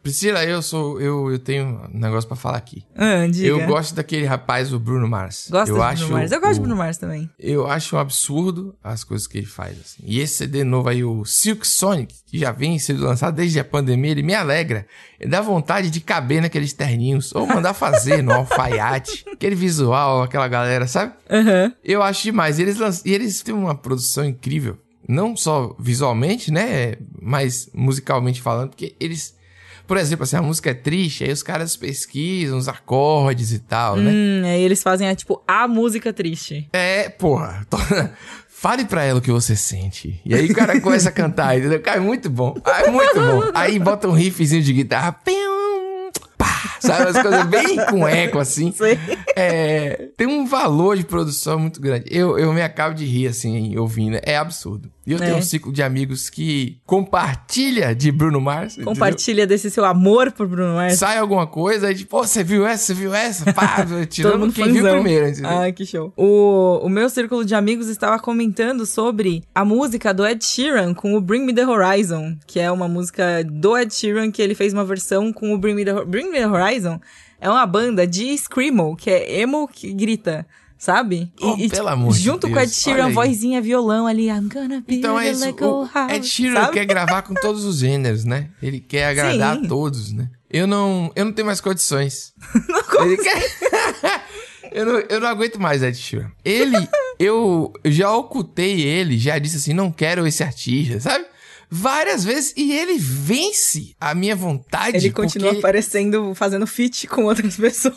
Priscila, eu tenho um negócio pra falar aqui. Diga. Eu gosto daquele rapaz, o Bruno Mars. Gosto do Bruno Mars. Eu gosto de Bruno Mars também. Eu acho um absurdo as coisas que ele faz, assim. E esse CD novo aí, o Silk Sonic, que já vem sendo lançado desde a pandemia, ele me alegra. Ele dá vontade de caber naqueles terninhos, ou mandar fazer no alfaiate. Aquele visual, aquela galera, sabe? Eu acho demais. E eles têm uma produção incrível. Não só visualmente, né? Mas musicalmente falando, porque eles... Por exemplo, assim, a música é triste, aí os caras pesquisam os acordes e tal, né? Aí eles fazem, a música triste. Porra. Fale pra ela o que você sente. E aí o cara começa a cantar, entendeu? Cara, é muito bom. É muito bom. Aí bota um riffzinho de guitarra. Pá, sabe? As coisas bem com eco, assim. Tem um valor de produção muito grande. Eu me acabo de rir, assim, ouvindo. É absurdo. E eu tenho um ciclo de amigos que compartilha de Bruno Mars. Compartilha desse seu amor por Bruno Mars. Sai alguma coisa, aí tipo, você viu essa? Pá, tirando quem viu primeiro. Entendeu? Que show. O meu círculo de amigos estava comentando sobre a música do Ed Sheeran com o Bring Me The Horizon, que é uma música do Ed Sheeran que ele fez uma versão com o Bring Me The Horizon. É uma banda de screamo, que é emo que grita. Sabe? Pelo amor de Deus. Junto com o Ed Sheeran, vozinha, violão ali. I'm gonna be então é isso. O Ed Sheeran quer gravar com todos os gêneros, né? Ele quer agradar a todos, né? Eu não tenho mais condições. Ele quer... eu não aguento mais Ed Sheeran. Eu já ocultei ele, já disse assim, não quero esse artista, sabe? Várias vezes, e ele vence a minha vontade. Ele continua aparecendo, fazendo feat com outras pessoas.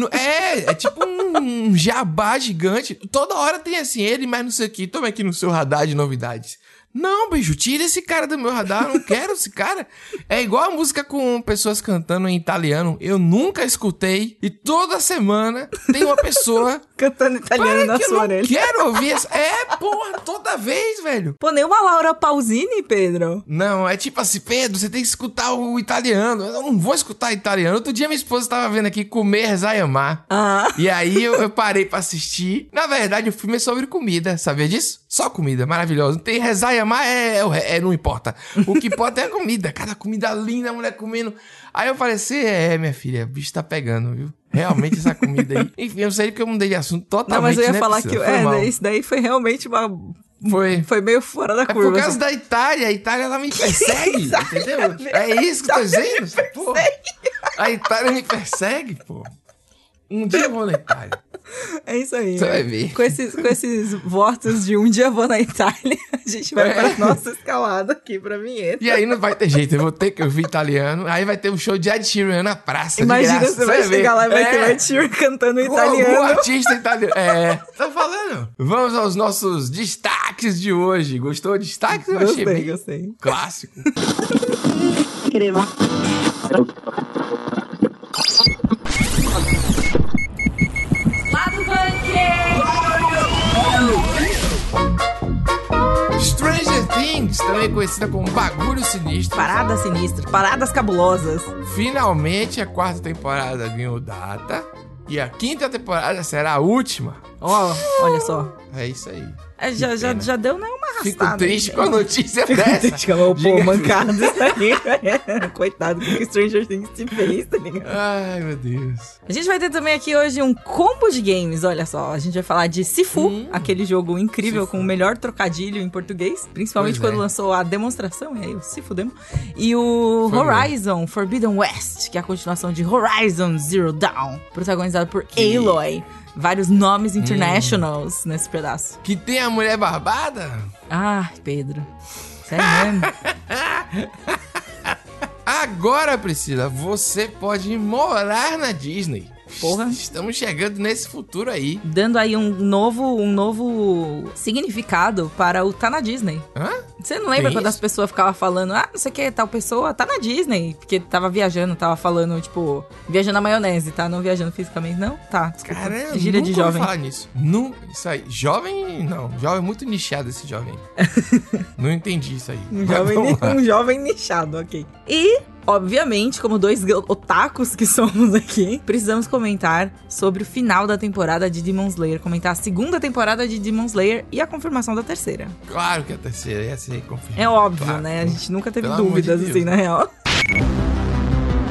É tipo um jabá gigante. Toda hora tem assim, ele, mas não sei o que. Toma aqui no seu radar de novidades. Não, bicho, tira esse cara do meu radar, eu não quero esse cara. É igual a música com pessoas cantando em italiano. Eu nunca escutei. E toda semana tem uma pessoa cantando italiano na sua orelha. Eu quero ouvir essa. Porra, toda vez, velho. Pô, nem uma Laura Pausini, Pedro. Não, é tipo assim, Pedro, você tem que escutar o italiano. Eu não vou escutar italiano. Outro dia minha esposa tava vendo aqui Comer Zayamá. E aí eu parei pra assistir. Na verdade, o filme é sobre comida, sabia disso? Só comida, maravilhosa. Não tem Rezayamá, não importa. O que importa é a comida. Cada comida linda, a mulher comendo. Aí eu falei assim, minha filha, o bicho tá pegando, viu? Realmente essa comida aí. Enfim, eu sei que eu mudei de assunto totalmente. Não, mas eu ia falar que isso daí foi realmente uma... Foi meio fora da curva. É por causa da Itália. A Itália, ela me persegue, entendeu? É isso que eu tô dizendo. Pô, a Itália me persegue, pô. Um dia eu vou na Itália. É isso aí. Você vai ver. Com esses votos de um dia eu vou na Itália, a gente vai pra nossa escalada aqui pra vinheta. E aí não vai ter jeito, eu vou ter que ouvir italiano. Aí vai ter um show de Ed Sheeran na praça. Imagina, de graça, você vai chegar lá e vai ter o Ed Sheeran cantando italiano. Um artista italiano. Tá falando. Vamos aos nossos destaques de hoje. Gostou de destaques? Eu achei bem gostei. Clássico. Stranger Things, também conhecida como Bagulho Sinistro. Paradas sinistras, paradas cabulosas. Finalmente a 4ª temporada ganhou data. E a 5ª temporada será a última. Olha só. É isso aí. Já deu, né, uma arrastada. Fico triste com a notícia dessa. Triste com mancada isso aí. Coitado, o que Stranger Things te fez, tá ligado? Ai, meu Deus. A gente vai ter também aqui hoje um combo de games, olha só. A gente vai falar de Sifu, aquele jogo incrível com o melhor trocadilho em português. Principalmente quando lançou a demonstração, e aí o Sifu Demo. E o Horizon Forbidden West, que é a continuação de Horizon Zero Dawn, protagonizado por Aloy. Vários nomes internationals nesse pedaço. Que tem a mulher barbada? Pedro. Sério mesmo? Agora, Priscila, você pode morar na Disney. Porra. Estamos chegando nesse futuro aí. Dando aí um novo significado para o tá na Disney. Você não lembra quando as pessoas ficavam falando, não sei o que, tal pessoa tá na Disney? Porque tava viajando, tava falando, tipo, viajando na maionese, tá? Não viajando fisicamente, não? Tá, desculpa. Caramba, gíria de jovem. Falar nisso. Não, isso aí. Jovem, não. Jovem é muito nichado esse jovem. Não entendi isso aí. Um jovem nichado, ok. E... obviamente, como dois otakus que somos aqui, precisamos comentar sobre o final da temporada de Demon Slayer. Comentar a 2ª temporada de Demon Slayer e a confirmação da 3ª. Claro que a 3ª ia ser confirmada. É óbvio, claro, né? A gente nunca teve dúvidas, assim, na real.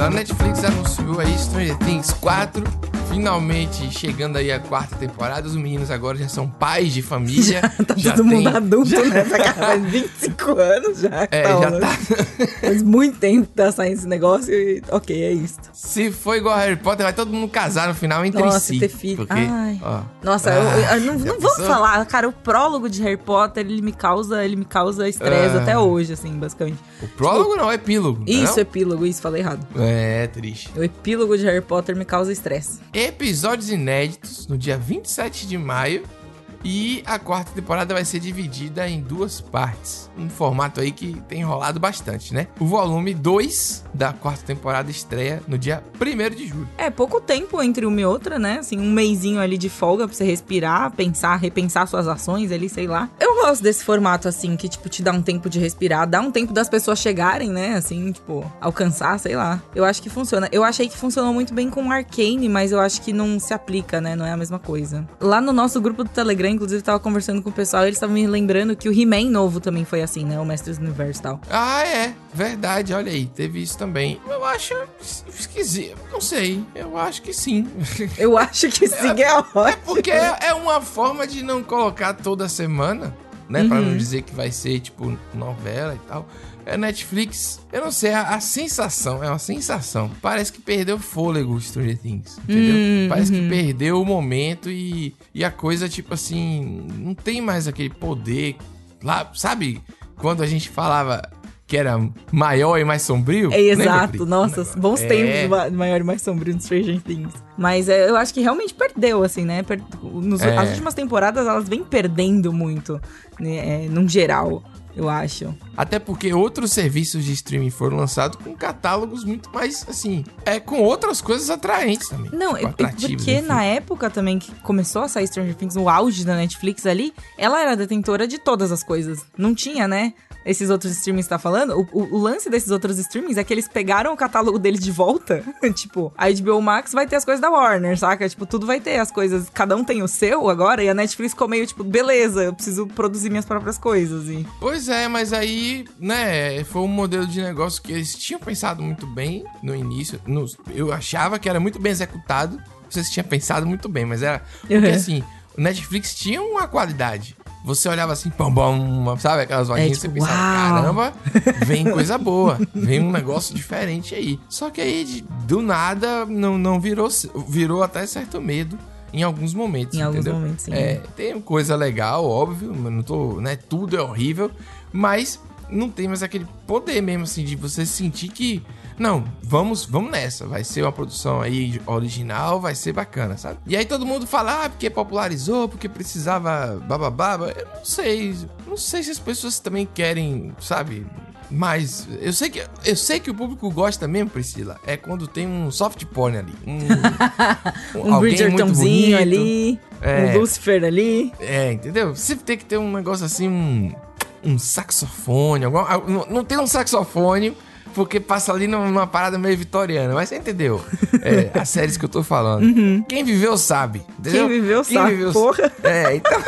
a Netflix anunciou aí Stranger Things 4, finalmente chegando aí a 4ª temporada. Os meninos agora já são pais de família. Já todo mundo adulto, né? Faz 25 anos já. Já tá. Faz muito tempo que tá saindo esse negócio e ok, é isso. Se for igual a Harry Potter, vai todo mundo casar no final entre si. Ter filho. Porque, nossa, não vamos falar, cara, o prólogo de Harry Potter, ele me causa estresse até hoje, assim, basicamente. O prólogo não, é epílogo. Isso, não? Epílogo, isso, falei errado. É, triste. O epílogo de Harry Potter me causa estresse. Episódios inéditos no dia 27 de maio. E a 4ª temporada vai ser dividida em 2 partes. Um formato aí que tem enrolado bastante, né? O volume 2 da 4ª temporada estreia no dia 1º de julho. É, pouco tempo entre uma e outra, né? Assim, um mesinho ali de folga pra você respirar, pensar, repensar suas ações ali, sei lá. Eu gosto desse formato, assim, que, tipo, te dá um tempo de respirar, dá um tempo das pessoas chegarem, né? Assim, tipo, alcançar, sei lá. Eu acho que funciona. Eu achei que funcionou muito bem com Arcane, mas eu acho que não se aplica, né? Não é a mesma coisa. Lá no nosso grupo do Telegram, inclusive, tava conversando com o pessoal e eles estavam me lembrando que o He-Man novo também foi assim, né? O Mestres do Universo e tal. Ah, é. Verdade, olha aí. Teve isso também. Eu acho esquisito. Não sei. Eu acho que sim. Eu acho que sim, é ótimo. É porque é uma forma de não colocar toda semana, né? Pra não dizer que vai ser, tipo, novela e tal. É Netflix, eu não sei, a sensação, é uma sensação. Parece que perdeu fôlego o Stranger Things, entendeu? Parece que perdeu o momento e a coisa, tipo assim, não tem mais aquele poder lá, sabe? Quando a gente falava que era maior e mais sombrio. É exato, nossa, bons tempos maior e mais sombrio no Stranger Things. Mas eu acho que realmente perdeu, assim, né? As últimas temporadas, elas vêm perdendo muito, né? Num geral. Eu acho. Até porque outros serviços de streaming foram lançados com catálogos muito mais, assim, com outras coisas atraentes também. Não, tipo, porque enfim. Na época também que começou a sair Stranger Things, no auge da Netflix ali, ela era detentora de todas as coisas. Não tinha, né? Esses outros streamings tá falando, o lance desses outros streamings é que eles pegaram o catálogo deles de volta. Tipo, a HBO Max vai ter as coisas da Warner, saca? Tipo, tudo vai ter as coisas, cada um tem o seu agora, e a Netflix ficou meio tipo, beleza, eu preciso produzir minhas próprias coisas. E... Pois é, mas aí, né, foi um modelo de negócio que eles tinham pensado muito bem no início. Eu achava que era muito bem executado, vocês tinham pensado muito bem, mas era... Porque assim, o Netflix tinha uma qualidade. Você olhava assim, sabe? Aquelas lojinhas, tipo, você pensava, caramba, vem coisa boa, vem um negócio diferente aí. Só que aí, do nada, não virou até certo medo em alguns momentos, entendeu? Alguns momentos, sim. Tem coisa legal, óbvio, não tô, né, tudo é horrível, mas não tem mais aquele poder mesmo, assim, de você sentir que... Não, vamos nessa. Vai ser uma produção aí original, vai ser bacana, sabe? E aí todo mundo fala, porque popularizou, porque precisava bababá. Eu não sei se as pessoas também querem, sabe? Mas eu sei que o público gosta mesmo, Priscila. É quando tem um soft porn ali. Um Bridgertonzinho ali. Um Lucifer ali. Entendeu? Sempre tem que ter um negócio assim, um saxofone. Não tem um saxofone... Porque passa ali numa parada meio vitoriana. Mas você entendeu? As séries que eu tô falando. Uhum. Quem viveu sabe. Entendeu? Quem viveu sabe, porra. Então...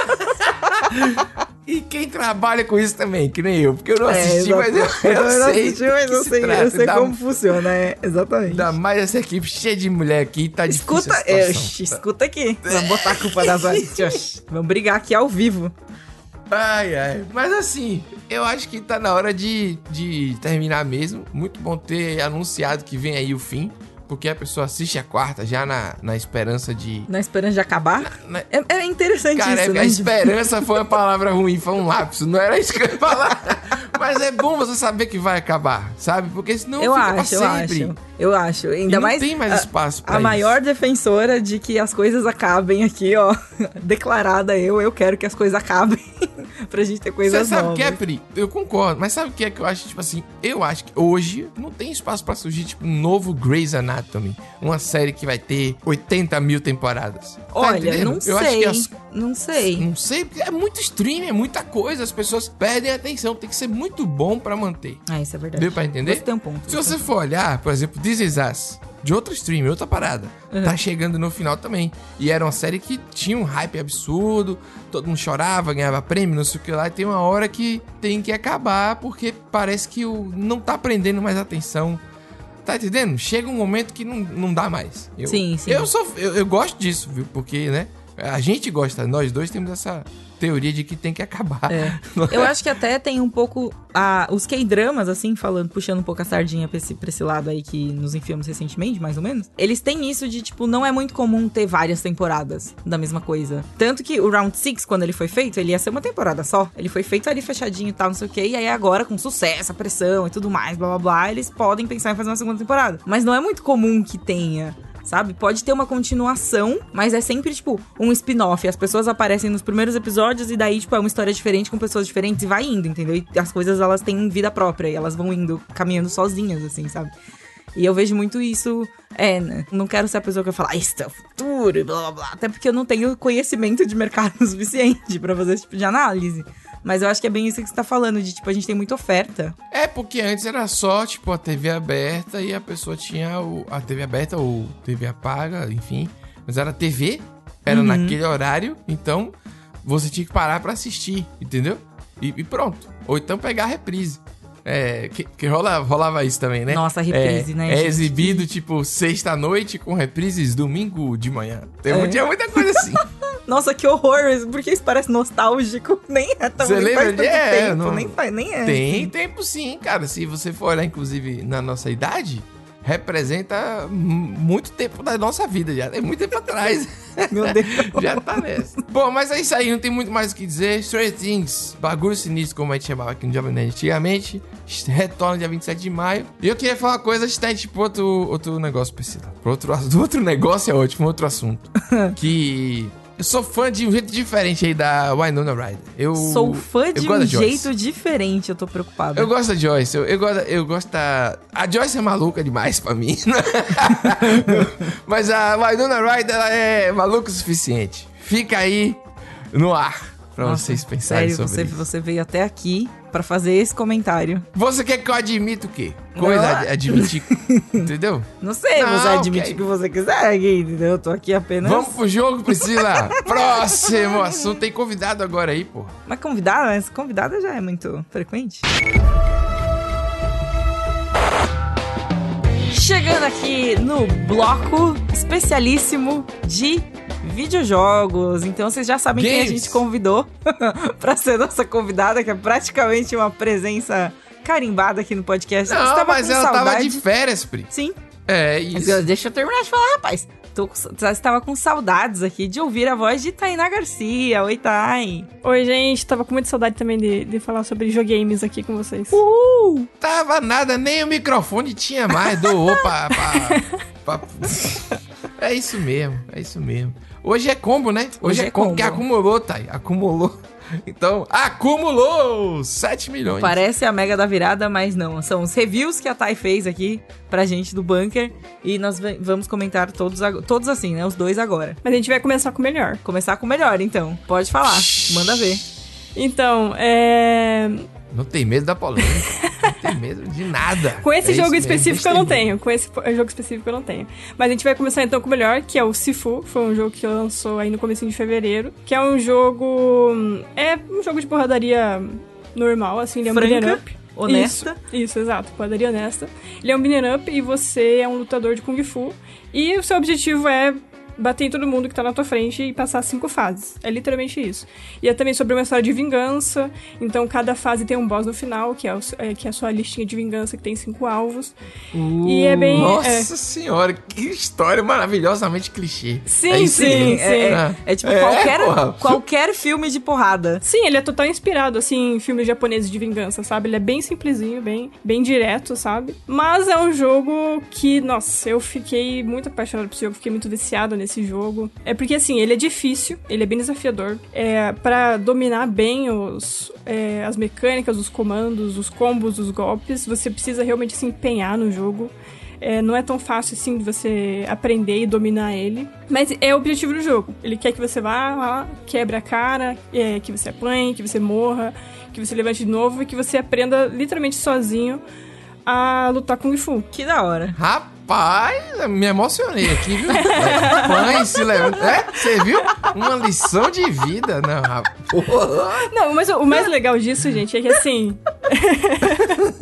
E quem trabalha com isso também, que nem eu. Porque eu não assisti, mas eu sei. Eu sei como funciona, exatamente. Ainda mais essa equipe cheia de mulher aqui, tá difícil a situação. Escuta aqui. Vamos botar a culpa das outras. Vamos brigar aqui ao vivo. Ai. Mas assim, eu acho que tá na hora de terminar mesmo. Muito bom ter anunciado que vem aí o fim. Porque a pessoa assiste a 4ª já na esperança de... Na esperança de acabar? É interessante cara, isso, né? A esperança foi uma palavra ruim, foi um lapso. Não era isso que eu ia falar. Mas é bom você saber que vai acabar, sabe? Porque senão fica pra sempre. Eu acho. Ainda não mais... tem mais espaço pra a maior defensora de que as coisas acabem aqui, ó. Declarada eu quero que as coisas acabem. Pra gente ter coisas novas. Você sabe o que é, Pri? Eu concordo. Mas sabe o que é que eu acho? Tipo assim, eu acho que hoje não tem espaço pra surgir, tipo, um novo Grey's Anatomy. Uma série que vai ter 80 mil temporadas. Olha, não sei. Não sei, porque é muito stream, é muita coisa. As pessoas perdem a atenção. Tem que ser muito bom pra manter. Isso é verdade. Deu pra entender? Você tem um ponto. Se você for olhar, por exemplo, This Is Us, de outro stream, outra parada, tá chegando no final também. E era uma série que tinha um hype absurdo, todo mundo chorava, ganhava prêmio, não sei o que lá. E tem uma hora que tem que acabar, porque parece que não tá prendendo mais atenção. tá entendendo? Chega um momento que não dá mais. Sim. Eu gosto disso, viu? Porque, né? A gente gosta, nós dois temos essa teoria de que tem que acabar. Eu acho que até tem um pouco os K-dramas, assim, puxando um pouco a sardinha pra esse lado aí que nos enfiamos recentemente, mais ou menos. Eles têm isso de, tipo, não é muito comum ter várias temporadas da mesma coisa. Tanto que o Round 6, quando ele foi feito, ele ia ser uma temporada só. Ele foi feito ali fechadinho e tal, não sei o quê. E aí agora, com sucesso, a pressão e tudo mais, blá blá blá, eles podem pensar em fazer uma segunda temporada. Mas não é muito comum que tenha, sabe? Pode ter uma continuação, mas é sempre, tipo, um spin-off. As pessoas aparecem nos primeiros episódios e daí, tipo, é uma história diferente com pessoas diferentes e vai indo, entendeu? E as coisas, elas têm vida própria e elas vão indo, caminhando sozinhas, assim, sabe? E eu vejo muito isso, né? Não quero ser a pessoa que vai falar, isso é o futuro e blá blá blá. Até porque eu não tenho conhecimento de mercado suficiente pra fazer esse tipo de análise. Mas eu acho que é bem isso que você tá falando, de, tipo, a gente tem muita oferta. É, porque antes era só, tipo, a TV aberta e a pessoa tinha a TV aberta ou TV apaga, enfim. Mas era TV, era naquele horário, então você tinha que parar pra assistir, entendeu? E pronto. Ou então pegar a reprise. Que rolava isso também, né? Nossa, a reprise, né? É exibido, tipo, sexta-noite com reprises domingo de manhã. Tinha muita coisa assim. Nossa, que horror, porque isso parece nostálgico. Nem é tão Você lembra? Faz tanto tempo, Não... nem é. Tem tempo sim, cara. Se você for olhar, inclusive, na nossa idade, representa muito tempo da nossa vida já. É muito tempo atrás. Meu Deus. Já tá nessa. Bom, mas é isso aí, não tem muito mais o que dizer. Stranger Things, bagulho sinistro, como a gente chamava aqui no Jovem Nerd antigamente, retorna dia 27 de maio. E eu queria falar uma coisa, tipo, outro negócio, Priscila. Outro negócio é ótimo, outro assunto. Que... eu sou fã de um jeito diferente aí da Winona Ryder. Sou fã de um jeito diferente, eu tô preocupado. Eu gosto da Joyce, eu gosto da... A Joyce é maluca demais pra mim. Mas a Winona Ryder, ela é maluca o suficiente. Fica aí no ar pra vocês pensarem sobre isso. Você veio até aqui pra fazer esse comentário. Você quer que eu admita o quê? Admitir, entendeu? Não sei, você admite o que você quiser aqui, entendeu? Eu tô aqui apenas... Vamos pro jogo, Priscila. Próximo assunto. Tem convidado agora aí, pô. Mas convidada já é muito frequente. Chegando aqui no bloco especialíssimo de videojogos. Então vocês já sabem quem a gente convidou pra ser nossa convidada, que é praticamente uma presença carimbada aqui no podcast. Não, mas ela tava de férias, Pri. Sim. É isso. Deixa eu terminar de falar, rapaz. Estava com saudades aqui de ouvir a voz de Tainá Garcia. Oi, Thay. Oi, gente. Tava com muita saudade também de falar sobre jogames aqui com vocês. Tava nada, nem o microfone tinha mais. Doou pra... É isso mesmo. Hoje é combo, né? Hoje é combo, que acumulou, Thay. Acumulou. Então, acumulou 7 milhões. Parece a mega da virada, mas não. São os reviews que a Thay fez aqui pra gente do Bunker. E nós vamos comentar todos assim, né? Os dois agora. Mas a gente vai começar com o melhor. Começar com o melhor, então. Pode falar. Manda ver. Então, Não tem medo da polêmica. Não tem medo de nada. Com esse jogo específico eu não tenho. Com esse jogo específico eu não tenho. Mas a gente vai começar então com o melhor, que é o Sifu. Foi um jogo que lançou aí no comecinho de fevereiro. Que é um jogo... É um jogo de porradaria normal, assim. Ele é um beat'em up. Honesta. Isso, exato. Porradaria honesta. Ele é um beat'em up e você é um lutador de Kung Fu. E o seu objetivo é bater em todo mundo que tá na tua frente e passar 5 fases. É literalmente isso. E é também sobre uma história de vingança. Então, cada fase tem um boss no final, que é a sua listinha de vingança, que tem 5 alvos. E é bem... Nossa senhora, que história maravilhosamente clichê. Sim, sim. É tipo qualquer filme de porrada. Sim, ele é total inspirado, assim, em filmes japoneses de vingança, sabe? Ele é bem simplesinho, bem direto, sabe? Mas é um jogo que, nossa, eu fiquei muito apaixonada por esse jogo, fiquei muito viciada nesse jogo. É porque, assim, ele é difícil, ele é bem desafiador. Pra dominar bem as mecânicas, os comandos, os combos, os golpes, você precisa realmente se empenhar no jogo. Não é tão fácil, assim, de você aprender e dominar ele. Mas é o objetivo do jogo. Ele quer que você vá lá, quebre a cara, que você apanhe, que você morra, que você levante de novo e que você aprenda literalmente sozinho a lutar Kung Fu. Que da hora. Rapaz, me emocionei aqui, viu? Mãe, se levanta. Você viu? Uma lição de vida, não, rapaz. Não, mas o mais legal disso, gente, é que assim...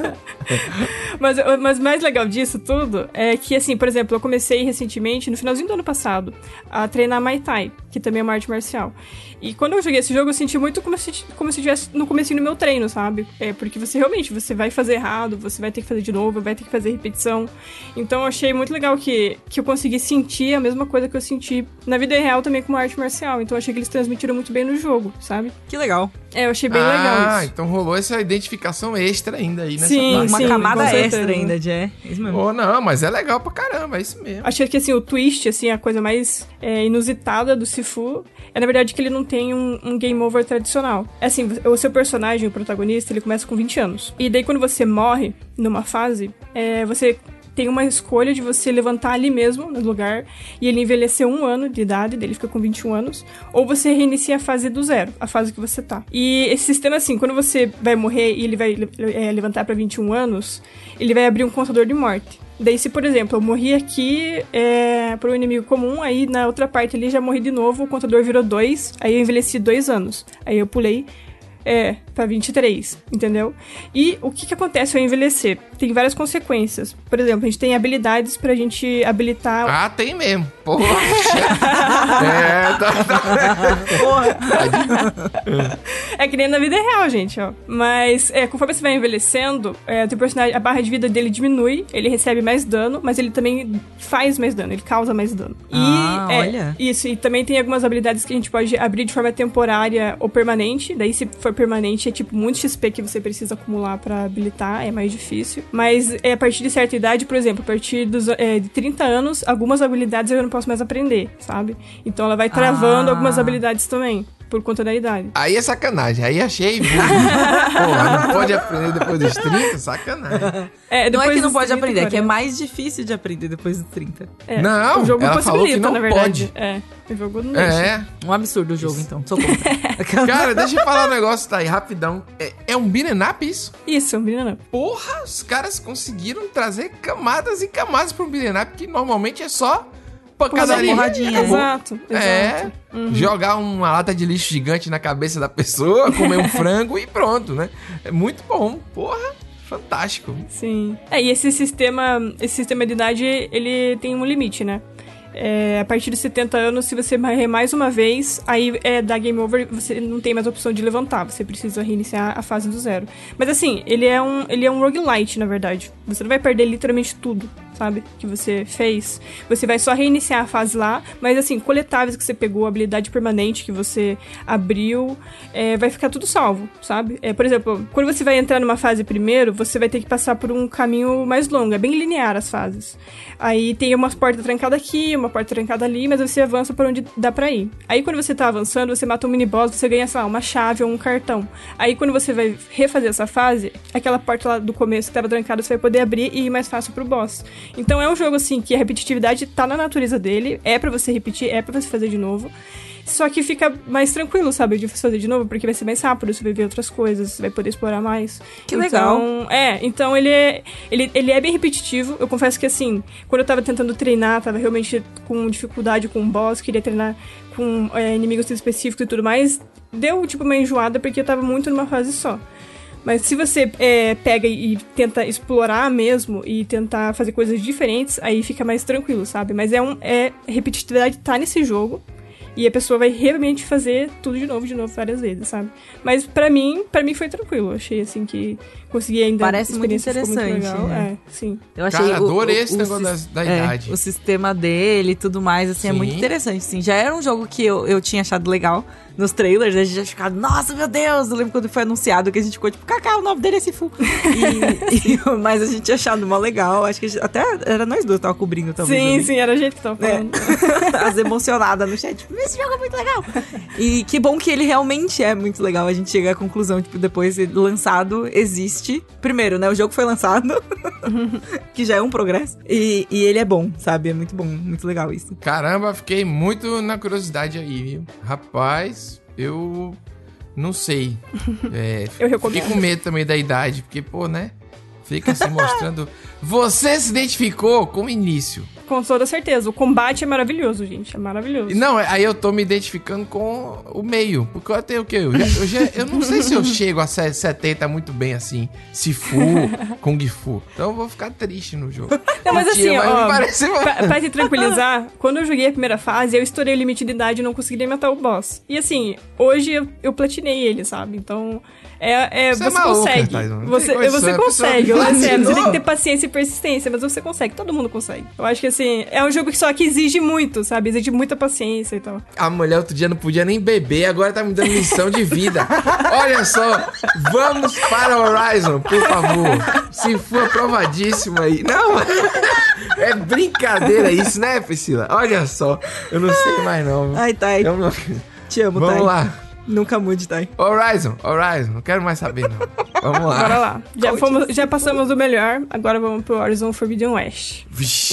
Mas mais legal disso tudo é que, assim, por exemplo, eu comecei recentemente, no finalzinho do ano passado, a treinar Muay Thai, que também é uma arte marcial. E quando eu joguei esse jogo, eu senti muito como se estivesse no comecinho do meu treino, sabe? Porque você vai fazer errado, você vai ter que fazer de novo, vai ter que fazer repetição. Então eu achei muito legal que eu consegui sentir a mesma coisa que eu senti na vida real também com uma arte marcial. Então eu achei que eles transmitiram muito bem no jogo, sabe? Que legal. Eu achei bem legal isso. Então rolou essa identificação extra ainda aí nessa Sim, Uma camada extra ainda, isso mesmo. Não, mas é legal pra caramba, é isso mesmo. Achei que, assim, o twist, assim, a coisa mais inusitada do Sifu é, na verdade, que ele não tem um game over tradicional. É assim, o seu personagem, o protagonista, ele começa com 20 anos. E daí, quando você morre numa fase, você tem uma escolha de você levantar ali mesmo, no lugar, e ele envelhecer 1 ano de idade, daí ele fica com 21 anos, ou você reinicia a fase do zero, a fase que você tá. E esse sistema, assim, quando você vai morrer e ele vai levantar pra 21 anos, ele vai abrir um contador de morte. Daí, se, por exemplo, eu morri aqui por um inimigo comum, aí na outra parte ali já morri de novo, o contador virou 2, aí eu envelheci 2 anos. Aí eu pulei pra 23, entendeu? E o que acontece ao envelhecer? Tem várias consequências. Por exemplo, a gente tem habilidades pra gente habilitar... tem mesmo. Poxa. Porra. É que nem na vida real, gente, ó. Mas, conforme você vai envelhecendo, teu personagem, a barra de vida dele diminui, ele recebe mais dano, mas ele também faz mais dano, ele causa mais dano. Olha. Isso, e também tem algumas habilidades que a gente pode abrir de forma temporária ou permanente. Daí, se for permanente, é tipo muito XP que você precisa acumular pra habilitar, é mais difícil. Mas a partir de certa idade, por exemplo, a partir de 30 anos, algumas habilidades eu não posso mais aprender, sabe? Então ela vai travando algumas habilidades também, por conta da idade. Aí é sacanagem, aí achei burro. Porra, não pode aprender depois dos 30? Sacanagem. Não é que não pode 30, aprender, é que é 40. mais difícil de aprender depois dos 30. Não, o jogo ela falou que possibilita, não na verdade. O jogo não deixa. Um absurdo o jogo, então. Sou contra. Cara, deixa eu falar um negócio, tá aí, rapidão. É um beat'em up isso? Isso, é um beat'em up. Porra, os caras conseguiram trazer camadas e camadas pro beat'em up, que normalmente é só pancadaria. Porradinha. Exato. Jogar uma lata de lixo gigante na cabeça da pessoa, comer um frango e pronto, né? É muito bom. Porra, fantástico. Sim. E esse sistema de idade, ele tem um limite, né? A partir de 70 anos, se você morrer mais uma vez, aí dá game over, você não tem mais opção de levantar, você precisa reiniciar a fase do zero. Mas assim, ele é um roguelite, na verdade. Você não vai perder literalmente tudo, sabe? Que você fez. Você vai só reiniciar a fase lá, mas assim, coletáveis que você pegou, habilidade permanente que você abriu, vai ficar tudo salvo, sabe? Por exemplo, quando você vai entrar numa fase primeiro, você vai ter que passar por um caminho mais longo, é bem linear as fases. Aí tem umas portas trancadas aqui, uma porta trancada ali, mas você avança por onde dá pra ir. Aí quando você tá avançando, você mata um mini-boss, você ganha, sei lá, uma chave ou um cartão. Aí quando você vai refazer essa fase, aquela porta lá do começo que tava trancada, você vai poder abrir e ir mais fácil pro boss. Então é um jogo, assim, que a repetitividade tá na natureza dele, é pra você repetir, é pra você fazer de novo. Só que fica mais tranquilo, sabe, de fazer de novo, porque vai ser mais rápido, você vai ver outras coisas, você vai poder explorar mais. Que legal. Então ele é bem repetitivo. Eu confesso que, assim, quando eu tava tentando treinar, tava realmente com dificuldade com o boss, queria treinar com inimigos específicos e tudo mais, deu, tipo, uma enjoada, porque eu tava muito numa fase só. Mas se você pega e tenta explorar mesmo e tentar fazer coisas diferentes, aí fica mais tranquilo, sabe? Mas repetitividade tá nesse jogo. E a pessoa vai realmente fazer tudo de novo, várias vezes, sabe? Mas pra mim foi tranquilo. Eu achei, assim, que consegui ainda... Parece muito interessante. Muito legal. Né? Sim. Eu achei adorei esse negócio da idade. O sistema dele e tudo mais, assim, é muito interessante, assim. Já era um jogo que eu tinha achado legal nos trailers, a gente já ficava, nossa, meu Deus! Eu lembro quando foi anunciado que a gente ficou tipo, Cacá, o nome dele é Sifu. Mas a gente tinha achado mó legal. Acho que até era nós duas que tava cobrindo também. Sim, era a gente que tava falando. As emocionadas no chat, tipo, esse jogo é muito legal. E que bom que ele realmente é muito legal. A gente chega à conclusão, tipo, depois de lançado, existe. Primeiro, né, o jogo foi lançado, que já é um progresso. E ele é bom, sabe? É muito bom, muito legal isso. Caramba, fiquei muito na curiosidade aí, viu? Rapaz, eu não sei. Eu recomendo. Fiquei com medo também da idade, porque, pô, né? Fica assim mostrando... Você se identificou com o início. Com toda certeza. O combate é maravilhoso, gente. É maravilhoso. Não, aí eu tô me identificando com o meio. Porque eu tenho o quê? Eu não sei se eu chego a 70 muito bem assim. Sifu, Kung Fu. Então eu vou ficar triste no jogo. Não, mas assim, parece... pra te tranquilizar, quando eu joguei a primeira fase, eu estourei o limite de idade e não consegui nem matar o boss. E assim, hoje eu platinei ele, sabe? Então... você maluco, consegue. Você consegue. Você tem que ter paciência e persistência, mas você consegue. Todo mundo consegue. Eu acho que assim, é um jogo que exige muito, sabe? Exige muita paciência e tal. A mulher outro dia não podia nem beber, agora tá me dando lição de vida. Olha só, vamos para Horizon, por favor. Se for aprovadíssimo aí. Não, é brincadeira isso, né, Priscila? Olha só, eu não sei mais não. Ai, Thay. Te amo, Thay. Vamos lá. Nunca mude, Thay. Horizon, não quero mais saber, não. Vamos lá. Bora lá. Já passamos do melhor, agora vamos pro Horizon Forbidden West. Vixe,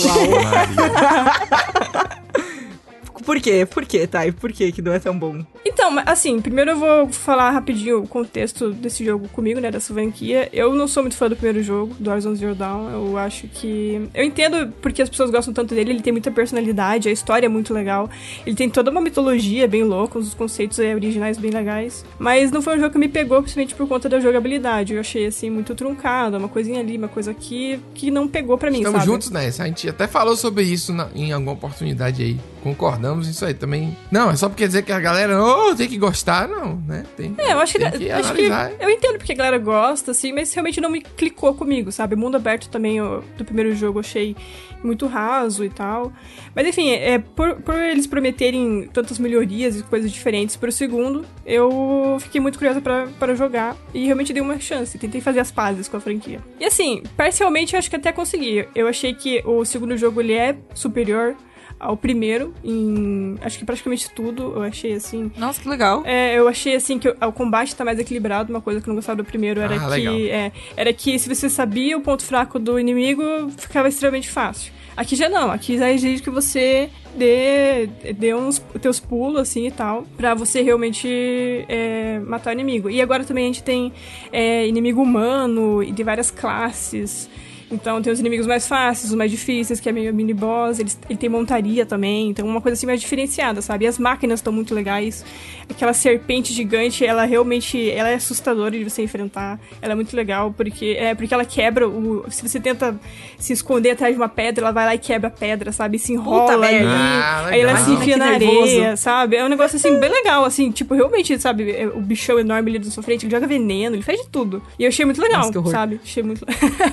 Maria. Por quê? Por quê, Thay? Por quê que não é tão bom? Então, assim, primeiro eu vou falar rapidinho o contexto desse jogo comigo, né, dessa franquia. Eu não sou muito fã do primeiro jogo, do Horizon Zero Dawn. Eu acho que... Eu entendo porque as pessoas gostam tanto dele, ele tem muita personalidade, a história é muito legal. Ele tem toda uma mitologia bem louca, os conceitos originais bem legais. Mas não foi um jogo que me pegou, principalmente por conta da jogabilidade. Eu achei, assim, muito truncado, uma coisinha ali, uma coisa aqui, que não pegou pra mim, Estamos sabe? juntos nessa, a gente até falou sobre isso em alguma oportunidade aí. Concordamos isso aí também. Não, é só porque dizer que a galera tem que gostar, não, né? Eu acho que analisar. Eu entendo porque a galera gosta, assim, mas realmente não me clicou comigo, sabe? Mundo aberto também, do primeiro jogo, eu achei muito raso e tal. Mas enfim, por eles prometerem tantas melhorias e coisas diferentes pro segundo, eu fiquei muito curiosa pra jogar e realmente dei uma chance. Tentei fazer as pazes com a franquia. E assim, parcialmente eu acho que até consegui. Eu achei que o segundo jogo, ele é superior ao primeiro, em acho que praticamente tudo, eu achei assim... Nossa, que legal. Eu achei assim que o combate tá mais equilibrado. Uma coisa que eu não gostava do primeiro era que se você sabia o ponto fraco do inimigo, ficava extremamente fácil. Aqui já não, aqui já exige que você dê uns teus pulos, assim, e tal, pra você realmente matar o inimigo. E agora também a gente tem inimigo humano e de várias classes. Então tem os inimigos mais fáceis, os mais difíceis, que é meio mini-boss. Ele tem montaria também, então uma coisa assim mais diferenciada, sabe? E as máquinas estão muito legais. Aquela serpente gigante, ela é assustadora de você enfrentar. Ela é muito legal, porque ela quebra se você tenta se esconder atrás de uma pedra, ela vai lá e quebra a pedra, sabe? E se enrola ali. Aí ela se enfia na areia, sabe? É um negócio assim, bem legal, assim, tipo, realmente, sabe? O bichão enorme ali da sua frente, ele joga veneno, ele faz de tudo. E eu achei muito legal, sabe? Achei muito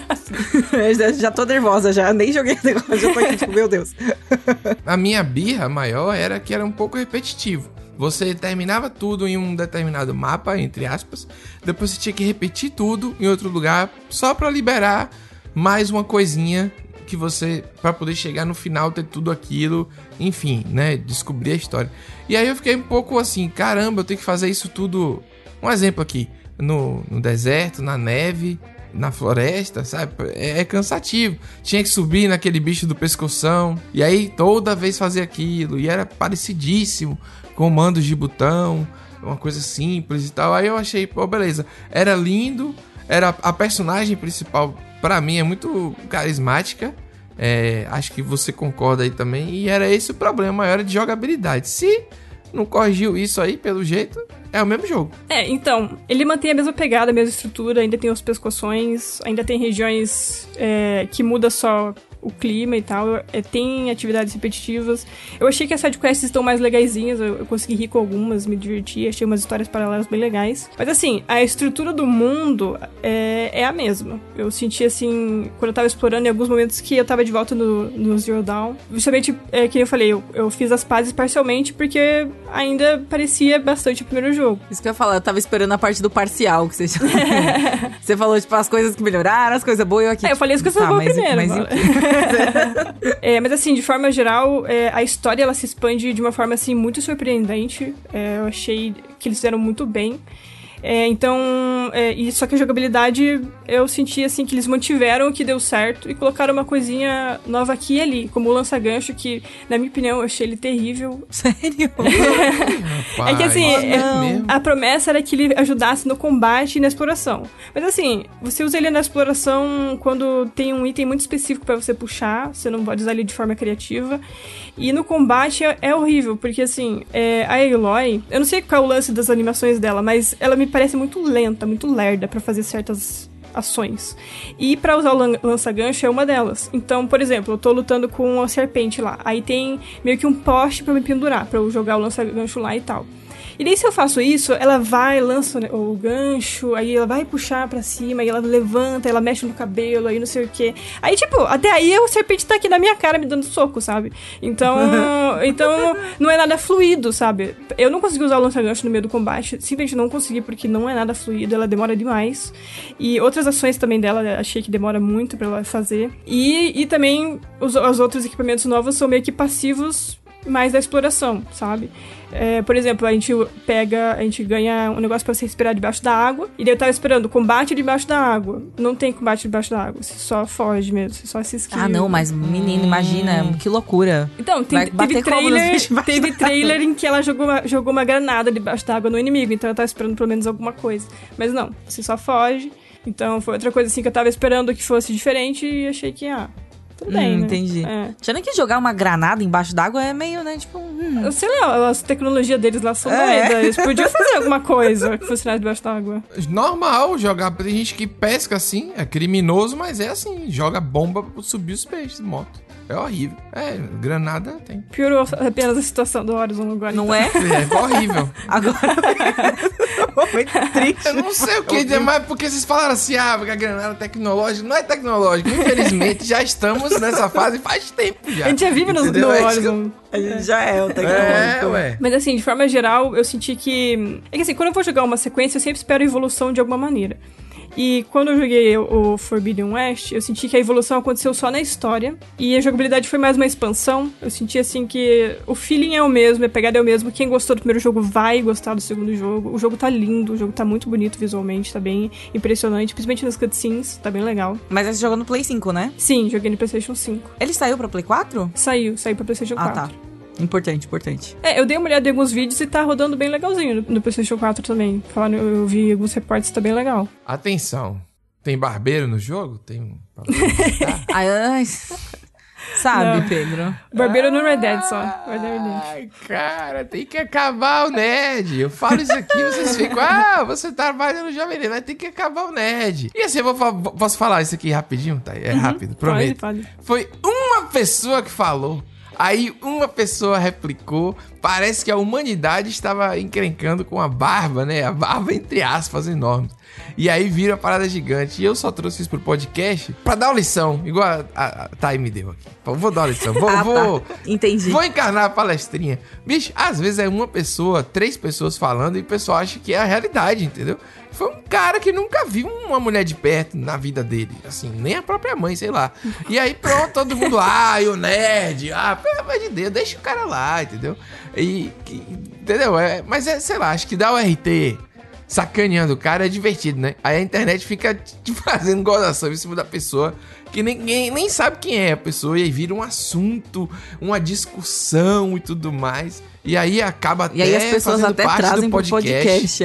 já tô nervosa, já nem joguei o negócio, já tô aqui, tipo, meu Deus. A minha birra maior era que era um pouco repetitivo. Você terminava tudo em um determinado mapa, entre aspas, depois você tinha que repetir tudo em outro lugar, só pra liberar mais uma coisinha que você, pra poder chegar no final, ter tudo aquilo, enfim, né, descobrir a história. E aí eu fiquei um pouco assim, caramba, eu tenho que fazer isso tudo, um exemplo aqui, no deserto, na neve, na floresta, sabe? É cansativo. Tinha que subir naquele bicho do pescoção. E aí toda vez fazer aquilo. E era parecidíssimo. Comandos de botão. Uma coisa simples e tal. Aí eu achei, pô, beleza. Era lindo. Era a personagem principal, pra mim, é muito carismática. Acho que você concorda aí também. E era esse o problema maior de jogabilidade. Se não corrigiu isso aí, pelo jeito, é o mesmo jogo. Então, ele mantém a mesma pegada, a mesma estrutura, ainda tem os pescoções, ainda tem regiões que muda só o clima e tal, tem atividades repetitivas. Eu achei que as sidequests estão mais legaisinhas, eu consegui rir com algumas, me diverti, achei umas histórias paralelas bem legais. Mas assim, a estrutura do mundo é a mesma. Eu senti assim, quando eu tava explorando, em alguns momentos que eu tava de volta no Zero Dawn. Justamente, que eu falei, eu fiz as pazes parcialmente, porque ainda parecia bastante o primeiro jogo. Isso que eu ia falar, eu tava esperando a parte do parcial, que você já... Você falou, tipo, as coisas que melhoraram, as coisas boas, eu aqui... eu falei as coisas boas primeiro. Mas assim, de forma geral, a história ela se expande de uma forma assim muito surpreendente. Eu achei que eles fizeram muito bem. Só que a jogabilidade, eu senti, assim, que eles mantiveram o que deu certo e colocaram uma coisinha nova aqui e ali, como o lança-gancho, que, na minha opinião, eu achei ele terrível. Sério? É que, assim, a promessa era que ele ajudasse no combate e na exploração. Mas, assim, você usa ele na exploração quando tem um item muito específico pra você puxar, você não pode usar ele de forma criativa. E no combate é horrível, porque, assim, a Aloy, eu não sei qual é o lance das animações dela, mas ela me parece muito lenta, muito lerda pra fazer certas ações. E pra usar o lança-gancho é uma delas. Então, por exemplo, eu tô lutando com a serpente lá. Aí tem meio que um poste pra me pendurar, pra eu jogar o lança-gancho lá e tal. E daí, se eu faço isso, ela vai, lança o gancho, aí ela vai puxar pra cima, aí ela levanta, ela mexe no cabelo, aí não sei o quê. Aí, tipo, até aí o serpente tá aqui na minha cara me dando soco, sabe? Então não é nada fluido, sabe? Eu não consegui usar o lança-gancho no meio do combate, simplesmente não consegui, porque não é nada fluido, ela demora demais. E outras ações também dela, achei que demora muito pra ela fazer. E também os outros equipamentos novos são meio que passivos mais da exploração, sabe? Por exemplo, a gente ganha um negócio pra você respirar debaixo da água, e daí eu tava esperando combate debaixo da água. Não tem combate debaixo da água, você só foge mesmo, você só se esquiva. Ah, não, mas menino, imagina, que loucura. Então, teve trailer em que ela jogou uma granada debaixo da água no inimigo, então eu tava esperando pelo menos alguma coisa. Mas não, você só foge. Então foi outra coisa assim que eu tava esperando que fosse diferente e achei que, tudo bem, né? Entendi. Tinha nem que jogar uma granada embaixo d'água é meio, né, tipo... Eu sei lá, as tecnologias deles lá são doidas. Eles podiam fazer alguma coisa que funcionasse debaixo d'água. Normal jogar. Tem gente que pesca assim, é criminoso, mas é assim, joga bomba pra subir os peixes de moto. É horrível. Granada tem. Piorou apenas a situação do Horizon agora. Não é? É horrível. Agora... Eu não sei o que dizer, mas porque vocês falaram assim, porque a granada é tecnológica. Não é tecnológica. Infelizmente, já estamos nessa fase faz tempo já. A gente já vive no Horizon. A gente já é o tecnológico. Ué. Mas assim, de forma geral, eu senti que... É que assim, quando eu vou jogar uma sequência, eu sempre espero a evolução de alguma maneira. E quando eu joguei o Forbidden West, eu senti que a evolução aconteceu só na história. E a jogabilidade foi mais uma expansão. Eu senti, assim, que o feeling é o mesmo, a pegada é o mesmo. Quem gostou do primeiro jogo vai gostar do segundo jogo. O jogo tá lindo, o jogo tá muito bonito visualmente, tá bem impressionante. Principalmente nas cutscenes, tá bem legal. Mas você jogou no Play 5, né? Sim, joguei no PlayStation 5. Ele saiu pra Play 4? Saiu pra PlayStation 4. Ah, tá. Importante. Eu dei uma olhada em alguns vídeos e tá rodando bem legalzinho no PlayStation 4 também. Falando, eu vi alguns reportes, tá bem legal. Atenção, tem barbeiro no jogo? Tem Ai, sabe, não. Pedro? Barbeiro no Red Dead só. Ai, cara, tem que acabar o nerd. Eu falo isso aqui, vocês ficam, você tá trabalhando no Jovem Nerd, mas tem que acabar o nerd. E assim, posso falar isso aqui rapidinho, tá? É rápido, prometo. Pode. Foi uma pessoa que falou. Aí uma pessoa replicou, parece que a humanidade estava encrencando com a barba, né? A barba entre aspas enorme. E aí vira a parada gigante. E eu só trouxe isso pro podcast pra dar uma lição, igual a Thay me deu aqui. Vou dar uma lição. Entendi. Vou encarnar a palestrinha. Bicho, às vezes é uma pessoa, 3 pessoas falando e o pessoal acha que é a realidade, entendeu? Foi um cara que nunca viu uma mulher de perto na vida dele. Assim, nem a própria mãe, sei lá. E aí pronto, todo mundo, o nerd. Pelo amor de Deus, deixa o cara lá, entendeu? Entendeu? Mas sei lá, acho que dar o RT sacaneando o cara é divertido, né? Aí a internet fica fazendo gozação em cima da pessoa que ninguém nem sabe quem é a pessoa. E aí vira um assunto, uma discussão e tudo mais. E aí acaba até. E aí as pessoas até trazem pro podcast,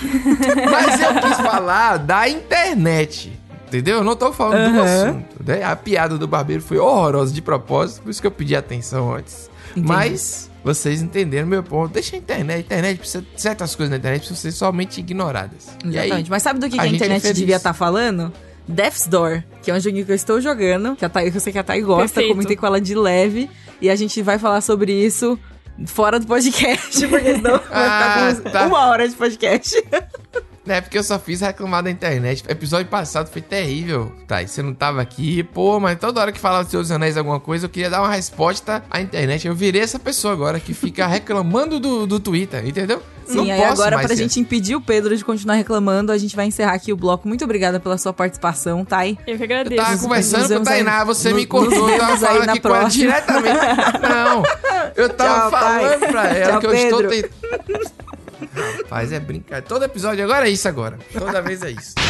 Mas eu quis falar da internet. Entendeu? Eu não tô falando do assunto. Né? A piada do barbeiro foi horrorosa de propósito, por isso que eu pedi atenção antes. Entendi. Mas vocês entenderam meu ponto. Deixa a internet. Certas coisas na internet precisam ser somente ignoradas. Exatamente. Aí, mas sabe do que a internet devia estar falando? Death's Door, que é um joguinho que eu estou jogando, que eu sei que a Thay gosta, Perfeito. Comentei com ela de leve, e a gente vai falar sobre isso fora do podcast, porque senão vai ficar com 1 hora de podcast. Porque eu só fiz reclamar da internet. O episódio passado foi terrível, Thay. Você não tava aqui, mas toda hora que falava de Senhor dos Anéis alguma coisa, eu queria dar uma resposta à internet. Eu virei essa pessoa agora que fica reclamando do Twitter, entendeu? Sim, não aí agora pra gente impedir o Pedro de continuar reclamando, a gente vai encerrar aqui o bloco. Muito obrigada pela sua participação, Thay. Eu que agradeço. Eu tava conversando com a Tainá, você me cortou, eu tava falando aqui com ela diretamente. Não, eu tava falando pra ela que eu estou tentando... Rapaz, é brincadeira. Todo episódio agora é isso agora. Toda vez é isso.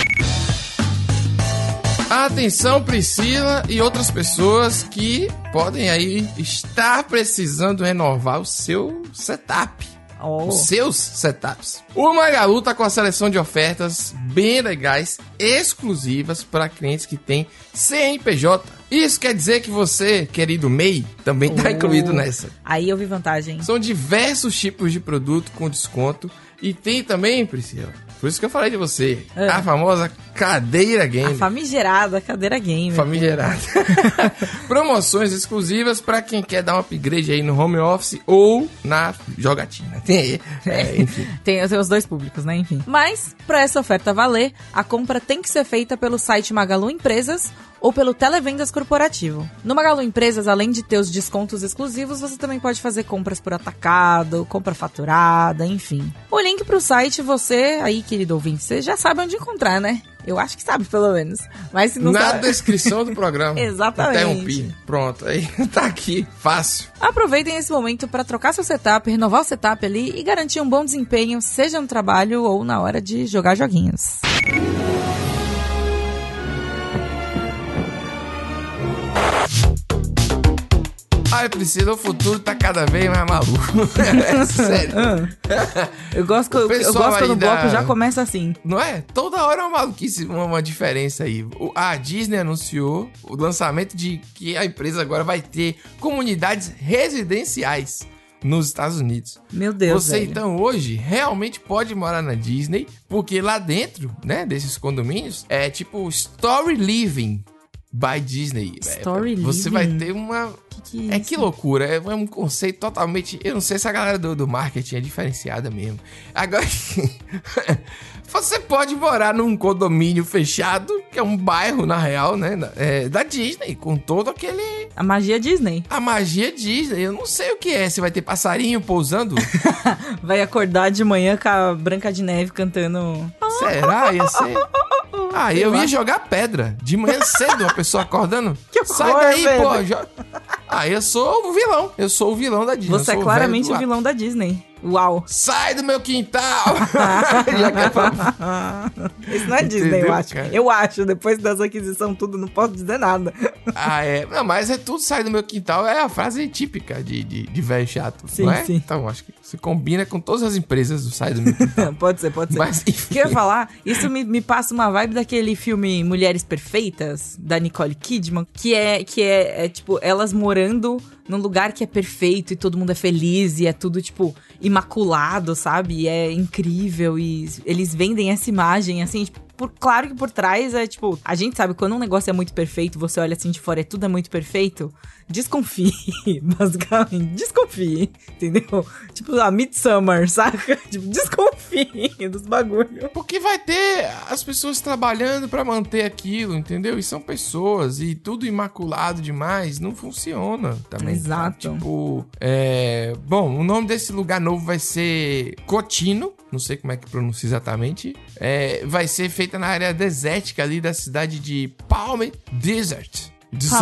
Atenção, Priscila e outras pessoas que podem aí estar precisando renovar o seu setup. Os seus setups. O Magalu tá com a seleção de ofertas bem legais, exclusivas para clientes que têm CNPJ. Isso quer dizer que você, querido MEI, também tá incluído nessa. Aí eu vi vantagem. São diversos tipos de produto com desconto. E tem também, Priscila, por isso que eu falei de você, a famosa cadeira gamer. A famigerada cadeira gamer. Famigerada. Promoções exclusivas para quem quer dar um upgrade aí no home office ou na jogatina. Enfim. Tem os dois públicos, né? Enfim. Mas, para essa oferta valer, a compra tem que ser feita pelo site Magalu Empresas ou pelo Televendas Corporativo. No Magalu Empresas, além de ter os descontos exclusivos, você também pode fazer compras por atacado, compra faturada, enfim. O link pro site, você, aí, querido ouvinte, você já sabe onde encontrar, né? Eu acho que sabe, pelo menos. Mas se não na sabe... descrição do programa. Exatamente. Interrompi. Pronto, aí tá aqui, fácil. Aproveitem esse momento para trocar seu setup, renovar o setup ali e garantir um bom desempenho, seja no trabalho ou na hora de jogar joguinhos. Ai, Priscila, o futuro tá cada vez mais maluco. Sério. Eu gosto quando o bloco já começa assim. Não é? Toda hora é uma maluquice, uma diferença aí. A Disney anunciou o lançamento de que a empresa agora vai ter comunidades residenciais nos Estados Unidos. Meu Deus, Você, velho. então, hoje, realmente pode morar na Disney, porque lá dentro, né, desses condomínios, é tipo Story Living by Disney. Story Você Living? vai ter uma... Que é isso? Que loucura, é um conceito totalmente... Eu não sei se a galera do marketing é diferenciada mesmo. Agora, você pode morar num condomínio fechado, que é um bairro, na real, né, da Disney, com todo aquele... A magia Disney. A magia Disney, eu não sei o que é. Você vai ter passarinho pousando? Vai acordar de manhã com a Branca de Neve cantando... Será? Ia ser... Ah, eu ia jogar pedra. De manhã cedo, uma pessoa acordando. Que horror, sai daí, velho. pô. Ah, eu sou o vilão. Eu sou o vilão da Disney. Você é claramente o vilão da Disney. Uau. Sai do meu quintal! Isso não é Disney, Entendeu, eu acho. cara? Eu acho, depois dessa aquisição tudo, não posso dizer nada. Ah, é. Não, mas é tudo sai do meu quintal. É a frase típica de velho chato, Sim, não é? sim. Então, acho que se combina com todas as empresas do sai do meu quintal. Pode ser. Mas, O enfim. que eu ia falar, isso me passa uma vibe daquele filme Mulheres Perfeitas, da Nicole Kidman, que é tipo, elas morando num lugar que é perfeito e todo mundo é feliz e é tudo, tipo, imaculado, sabe? E é incrível e eles vendem essa imagem, assim, tipo, claro que por trás é, tipo, a gente sabe, quando um negócio é muito perfeito, você olha assim de fora e tudo é muito perfeito, desconfie, basicamente, desconfie, entendeu? Tipo, a Midsommar, saca? Tipo, desconfie dos bagulhos. Porque vai ter as pessoas trabalhando pra manter aquilo, entendeu? E são pessoas, e tudo imaculado demais não funciona também. Exato. Tipo, bom, o nome desse lugar novo vai ser Cotino, não sei como é que pronuncia exatamente. Vai ser feita na área desértica ali da cidade de Palm Desert.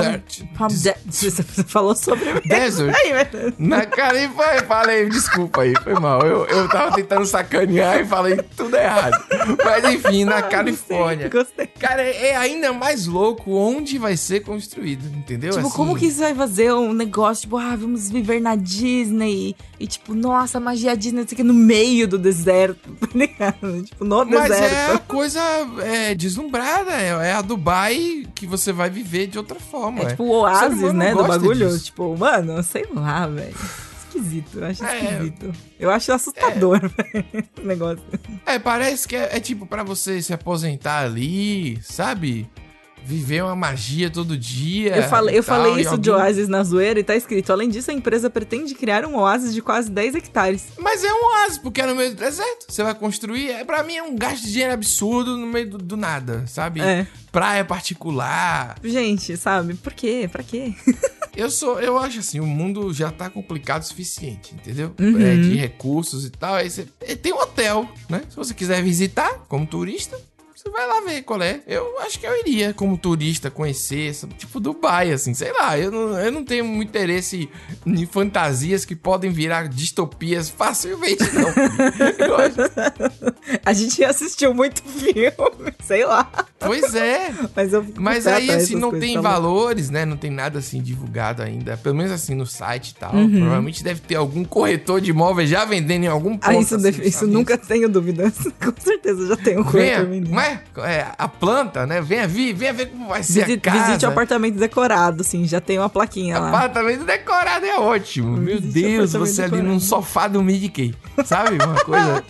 Você falou sobre Desert. Na cara, e falei, desculpa aí, foi mal. Eu tava tentando sacanear e falei tudo errado. Mas enfim, na Califórnia. Gostei. Cara, é ainda mais louco onde vai ser construído, entendeu? Tipo, Assim, como que isso vai fazer um negócio, tipo, vamos viver na Disney e tipo, nossa, magia Disney, isso aqui no meio do deserto, tá ligado? Tipo, no Mas deserto. é a coisa deslumbrada, é a Dubai que você vai viver de outra forma. É tipo o oásis, né, do bagulho. Disso. Tipo, mano, sei lá, velho. Esquisito, eu acho esquisito. Eu acho assustador, velho, esse negócio. Parece que é tipo pra você se aposentar ali, sabe? Viver uma magia todo dia. Eu falei isso de oásis na zoeira e tá escrito: além disso, a empresa pretende criar um oásis de quase 10 hectares. Mas é um oásis, porque é no meio do deserto. Você vai construir. Pra mim é um gasto de dinheiro absurdo no meio do nada, sabe? Praia particular. Gente, sabe? Por quê? Pra quê? Eu acho assim, o mundo já tá complicado o suficiente, entendeu? Uhum. De recursos e tal. Aí você tem um hotel, né? Se você quiser visitar como turista, você Você vai lá ver qual é. Eu acho que eu iria, como turista, conhecer, tipo Dubai, assim, sei lá. Eu não tenho muito interesse em fantasias que podem virar distopias facilmente, não. Eu acho... A gente assistiu muito filme, sei lá. Pois é. Mas aí, assim, não tem valores, né? Não tem nada, assim, divulgado ainda. Pelo menos, assim, no site e tal. Provavelmente deve ter algum corretor de imóveis já vendendo em algum ponto. Isso nunca tenho dúvidas. Com certeza já tem um corretor vendendo. Mas a planta, né? Venha ver como vai ser a casa. Visite o apartamento decorado, assim. Já tem uma plaquinha lá. Apartamento decorado é ótimo. Meu Deus, você ali num sofá do Mickey. Sabe? Uma coisa...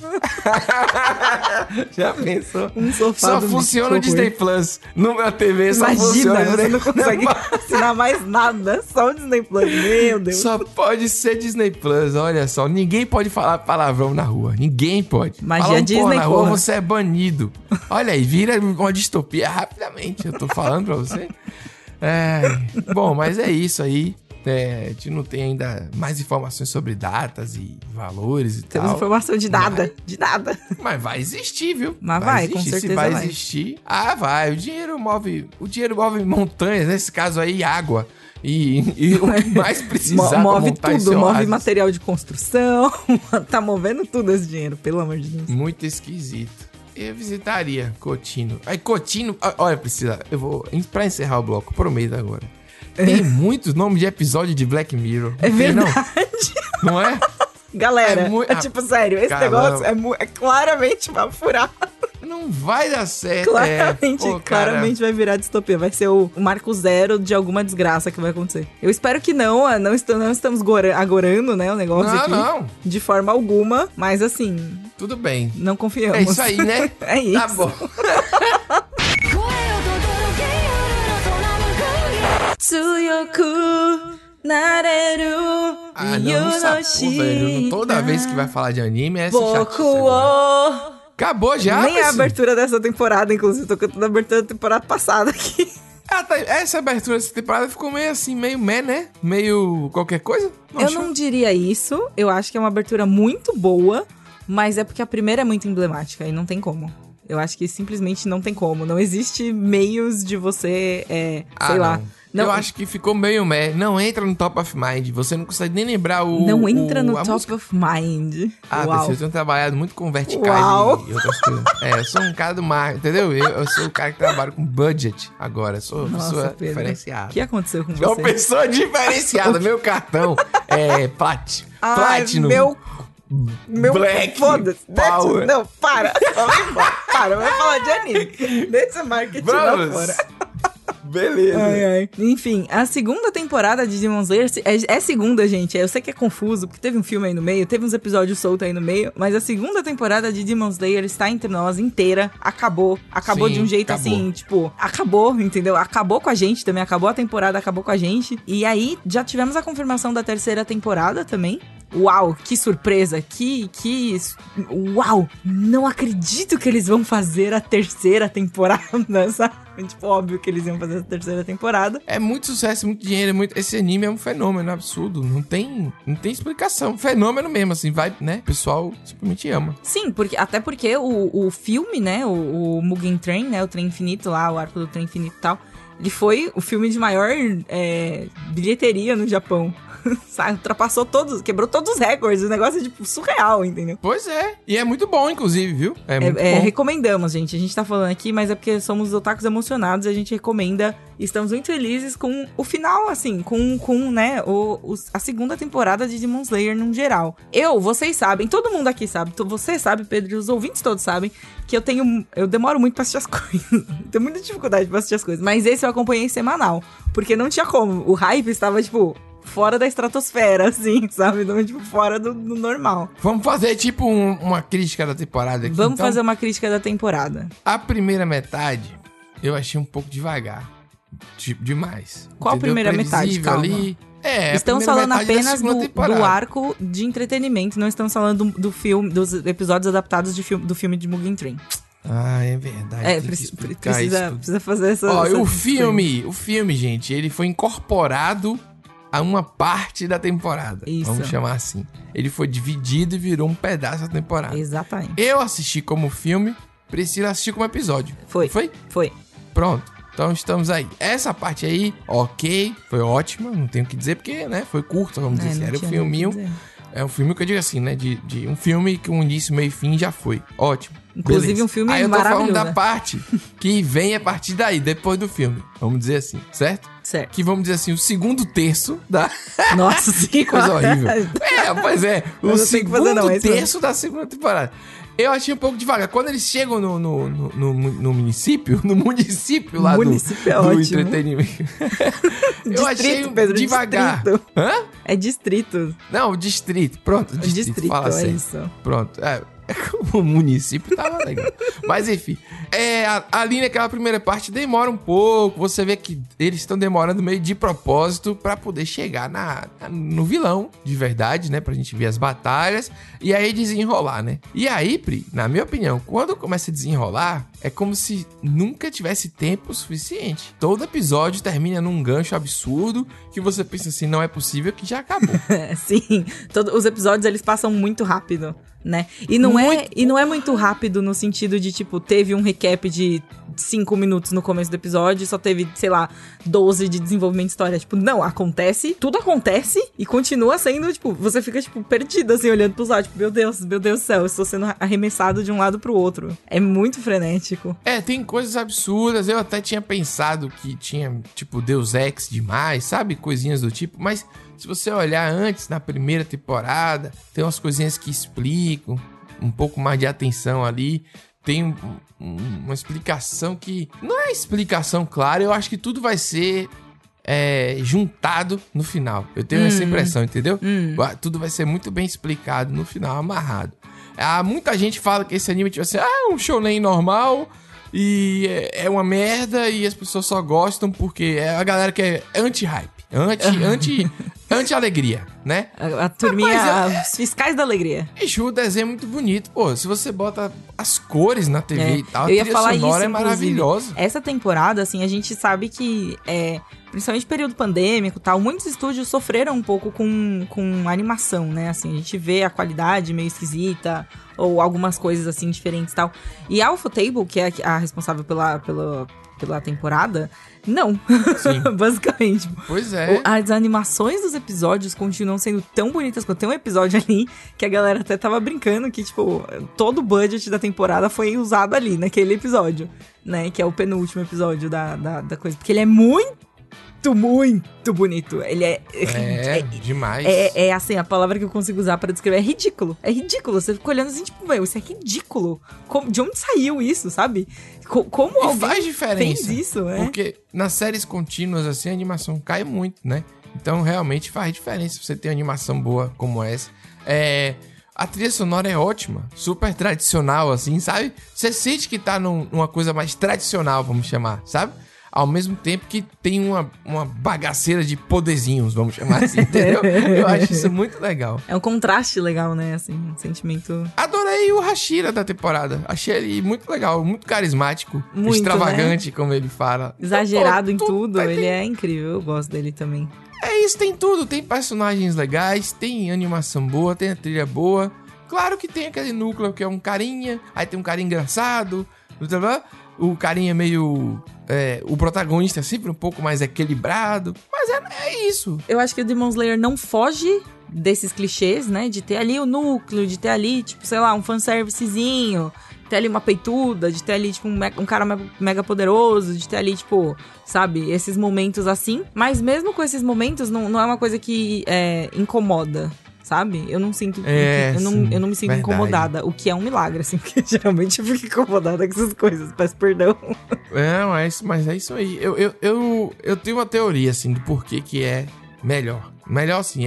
Já pensou? Um sofá só funciona o Disney Plus. Numa TV só funciona. Imagina, você não consegue assinar mais nada. Só o Disney Plus. Meu Deus. Só pode ser Disney Plus. Olha só. Ninguém pode falar palavrão na rua. Ninguém pode. Magia Disney na rua, você é banido. Olha aí, vira uma distopia rapidamente. Eu tô falando pra você. Bom, mas é isso aí. A gente não tem ainda mais informações sobre datas e valores e tal. Temos informação de nada, de nada. Mas vai existir, viu? Mas vai, existir. com certeza Se vai existir, vai. O dinheiro move montanhas, nesse caso aí, água. E o que mais precisar move tudo, move material de construção, tá movendo tudo esse dinheiro, pelo amor de Deus. Muito esquisito. Eu visitaria Cotino. Aí, Cotino, olha, Priscila, eu vou, pra encerrar o bloco, prometo agora. Tem muitos nomes de episódio de Black Mirror. É verdade. Não é? Galera, tipo, sério, esse negócio é claramente uma furada. Não vai dar certo. Claramente vai virar distopia. Vai ser o marco zero de alguma desgraça que vai acontecer. Eu espero que não estamos agorando, né, o negócio aqui. Não. De forma alguma, mas assim... Tudo bem. Não confiamos. É isso aí, né? É isso. Tá bom. Tsuyoku nareru não sacou, velho. Toda vez que vai falar de anime é essa chatice. Acabou já, nem a abertura dessa temporada, inclusive. Tô cantando a abertura da temporada passada aqui. Essa abertura dessa temporada ficou meio assim, meio né? Meio qualquer coisa. Não diria isso. Eu acho que é uma abertura muito boa, mas é porque a primeira é muito emblemática e não tem como. Eu acho que simplesmente não tem como. Não existe meios de você, sei lá... Não, eu acho que ficou meio não entra no top of mind. Você não consegue nem lembrar Não entra no top of mind. Eu tenho trabalhado muito com verticais e outras coisas. Eu sou um cara do mar, entendeu? Eu sou o cara que trabalha com budget agora. Sou uma pessoa diferenciada. O que aconteceu com você? Uma pessoa diferenciada. Meu cartão é Platinum. Meu Black foda-se. Power. Não, para. Vai falar de anime. Deixa o marketing lá fora. Beleza. Enfim, a segunda temporada de Demon Slayer é segunda, gente. Eu sei que é confuso, porque teve um filme aí no meio, teve uns episódios soltos aí no meio, mas a segunda temporada de Demon Slayer está entre nós, inteira. Acabou Sim, de um jeito assim, tipo, acabou, entendeu? Acabou com a gente também, acabou a temporada, acabou com a gente. E aí, já tivemos a confirmação da terceira temporada também. Uau, que surpresa, uau, não acredito que eles vão fazer a terceira temporada, sabe? Tipo, óbvio que eles iam fazer a terceira temporada. É muito sucesso, muito dinheiro, esse anime é um fenômeno absurdo, não tem explicação, fenômeno mesmo, assim, vai, né? O pessoal simplesmente ama. Sim, até porque o filme, né, o Mugen Train, né, o Trem Infinito lá, o arco do Trem Infinito e tal, ele foi o filme de maior bilheteria no Japão. Ultrapassou quebrou todos os recordes. O negócio é, tipo, surreal, entendeu? Pois é. E é muito bom, inclusive, viu? É muito bom. Recomendamos, gente. A gente tá falando aqui, mas é porque somos otakus emocionados e a gente recomenda. E estamos muito felizes com o final, assim, com né, a segunda temporada de Demon Slayer no geral. Vocês sabem, todo mundo aqui sabe, você sabe, Pedro, e os ouvintes todos sabem, que eu demoro muito pra assistir as coisas. Tenho muita dificuldade pra assistir as coisas. Mas esse eu acompanhei semanal, porque não tinha como. O hype estava, tipo... fora da estratosfera, assim, sabe? Então, tipo, fora do normal. Vamos fazer, tipo, uma crítica da temporada aqui, Vamos fazer uma crítica da temporada. A primeira metade, eu achei um pouco devagar. Tipo, demais. Qual a primeira metade? Calma. Ali. Estamos falando apenas do arco de entretenimento. Não estamos falando do filme, dos episódios adaptados do filme de Mugen Train. É verdade. Precisa fazer essa... o filme, gente, ele foi incorporado a uma parte da temporada. Isso. Vamos chamar assim. Ele foi dividido e virou um pedaço da temporada. Exatamente. Eu assisti como filme, Priscila assistiu como episódio. Foi. Foi? Foi. Pronto. Então estamos aí. Essa parte aí, ok, foi ótima, não tenho o que dizer, porque, né, foi curta, vamos dizer assim. Era um filminho. É um filme que eu digo assim, né? De um filme que um início, meio e fim já foi. Ótimo. Inclusive beleza. Um filme aí eu tô maravilhoso. falando da parte que vem a partir daí, depois do filme. Vamos dizer assim, certo? Certo. Que vamos dizer assim, o segundo terço da... Nossa, que coisa horrível. Pois é. O segundo terço da segunda temporada. Eu achei um pouco devagar. Quando eles chegam no município, lá município do entretenimento. Eu achei Pedro, devagar. Distrito. Hã? É distrito. Não, distrito. Pronto, distrito. Fala assim. Isso. Pronto. O município tava legal. Mas enfim, ali naquela primeira parte demora um pouco. Você vê que eles estão demorando meio de propósito pra poder chegar no vilão de verdade, né? Pra gente ver as batalhas e aí desenrolar, né? E aí, Pri, na minha opinião, quando começa a desenrolar, é como se nunca tivesse tempo suficiente. Todo episódio termina num gancho absurdo que você pensa assim, não é possível, que já acabou. Sim, os episódios eles passam muito rápido, né? E não é muito rápido no sentido de, tipo, teve um recap de 5 minutos no começo do episódio e só teve, sei lá, 12 de desenvolvimento de história. Tipo, não, tudo acontece e continua sendo, tipo, você fica, tipo, perdido, assim, olhando pros lados. Tipo, meu Deus do céu, eu estou sendo arremessado de um lado pro outro. É muito frenético. Tem coisas absurdas. Eu até tinha pensado que tinha, tipo, Deus Ex demais, sabe? Coisinhas do tipo, mas... Se você olhar antes, na primeira temporada, tem umas coisinhas que explicam, um pouco mais de atenção ali. Tem uma explicação que... Não é explicação clara, eu acho que tudo vai ser juntado no final. Eu tenho essa impressão, entendeu? Tudo vai ser muito bem explicado no final, amarrado. Muita gente fala que esse anime, tipo assim, é um shonen normal... E é uma merda e as pessoas só gostam porque é a galera que é anti-hype, anti-alegria, né? A turminha, os fiscais da alegria. E o desenho é muito bonito, pô. Se você bota as cores na TV e tal, a trilha sonora isso, é maravilhosa. Essa temporada, assim, a gente sabe que principalmente período pandêmico e tal, muitos estúdios sofreram um pouco com animação, né? Assim, a gente vê a qualidade meio esquisita, ou algumas coisas assim diferentes e tal. E a Ufotable, que é a responsável pela temporada, não. Sim. Basicamente. Pois é. As animações dos episódios continuam sendo tão bonitas quanto tem um episódio ali que a galera até tava brincando que, tipo, todo o budget da temporada foi usado ali, naquele episódio, né? Que é o penúltimo episódio da coisa. Porque ele é muito bonito. Ele é demais. É assim, a palavra que eu consigo usar pra descrever é ridículo. É ridículo. Você fica olhando assim, tipo, meu, isso é ridículo. De onde saiu isso, sabe? Como alguém faz diferença, fez isso, Porque nas séries contínuas, assim, a animação cai muito, né? Então, realmente faz diferença você ter uma animação boa como essa. A trilha sonora é ótima, super tradicional, assim, sabe? Você sente que tá numa coisa mais tradicional, vamos chamar, sabe? Ao mesmo tempo que tem uma bagaceira de poderzinhos, vamos chamar assim, entendeu? Eu acho isso muito legal. É um contraste legal, né? Assim, um sentimento... Adorei o Hashira da temporada. Achei ele muito legal, muito carismático, muito, extravagante, né? Como ele fala. Exagerado em tudo. Ele é incrível, eu gosto dele também. É isso, tem tudo. Tem personagens legais, tem animação boa, tem a trilha boa. Claro que tem aquele núcleo que é um carinha, aí tem um carinha engraçado, o carinha meio... o protagonista é sempre um pouco mais equilibrado, mas é isso. Eu acho que o Demon Slayer não foge desses clichês, né? De ter ali o núcleo, de ter ali, tipo, sei lá, um fanservicezinho, de ter ali uma peituda, de ter ali, tipo, um cara mega poderoso, de ter ali, tipo, sabe, esses momentos assim. Mas mesmo com esses momentos, não é uma coisa que incomoda. Sabe? Eu não sinto... eu não me sinto incomodada. O que é um milagre, assim. Porque geralmente eu fico incomodada com essas coisas. Peço perdão. Mas é isso aí. Eu tenho uma teoria, assim, do porquê que é melhor. Melhor, assim,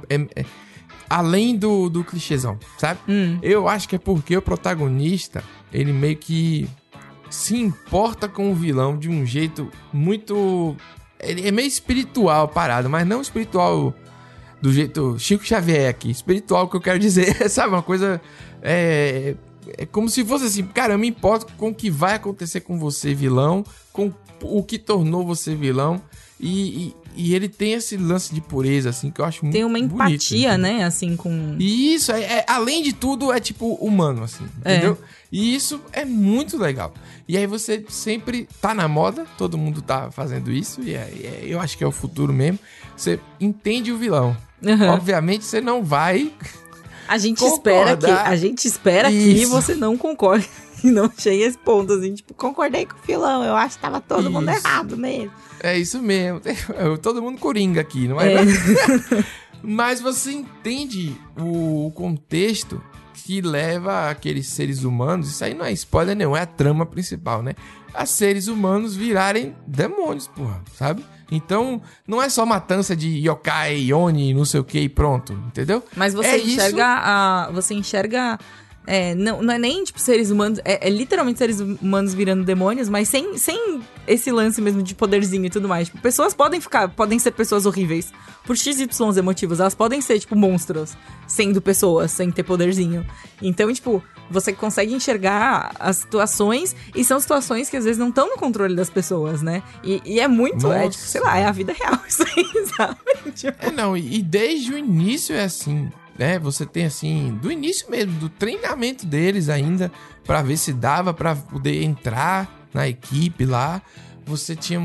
além do clichêzão, sabe? Eu acho que é porque o protagonista, ele meio que se importa com o vilão de um jeito muito... Ele é meio espiritual a parada, mas não espiritual... Do jeito Chico Xavier aqui, espiritual, que eu quero dizer, sabe? Uma coisa... É como se fosse assim, cara, eu me importo com o que vai acontecer com você, vilão, com o que tornou você vilão. E ele tem esse lance de pureza, assim, que eu acho muito bonito. Tem uma empatia, bonito, né? Assim, com... E isso, além de tudo, é tipo humano, assim, entendeu? E isso é muito legal. E aí você sempre tá na moda, todo mundo tá fazendo isso, e eu acho que é o futuro mesmo. Você entende o vilão. Obviamente você não vai A gente espera que você não concorde. E não chegue a esse ponto, assim, tipo, concordei com o vilão, eu acho que tava todo mundo errado mesmo. É isso mesmo, todo mundo coringa aqui, não é? Mas você entende o contexto que leva aqueles seres humanos, isso aí não é spoiler nenhum, é a trama principal, né? A seres humanos virarem demônios, porra, sabe? Então, não é só matança de yokai, yoni, não sei o que e pronto, entendeu? Mas você enxerga... não é nem, tipo, seres humanos... É literalmente seres humanos virando demônios, mas sem esse lance mesmo de poderzinho e tudo mais. Tipo, pessoas podem ser pessoas horríveis. Por XYZ motivos. Elas podem ser, tipo, monstros. Sendo pessoas, sem ter poderzinho. Então, tipo, você consegue enxergar as situações. E são situações que, às vezes, não estão no controle das pessoas, né? E é muito... tipo, sei lá, é a vida real isso aí, sabe? Tipo... e desde o início é assim... né? Você tem assim, do início mesmo, do treinamento deles ainda, pra ver se dava pra poder entrar na equipe lá. Você tinha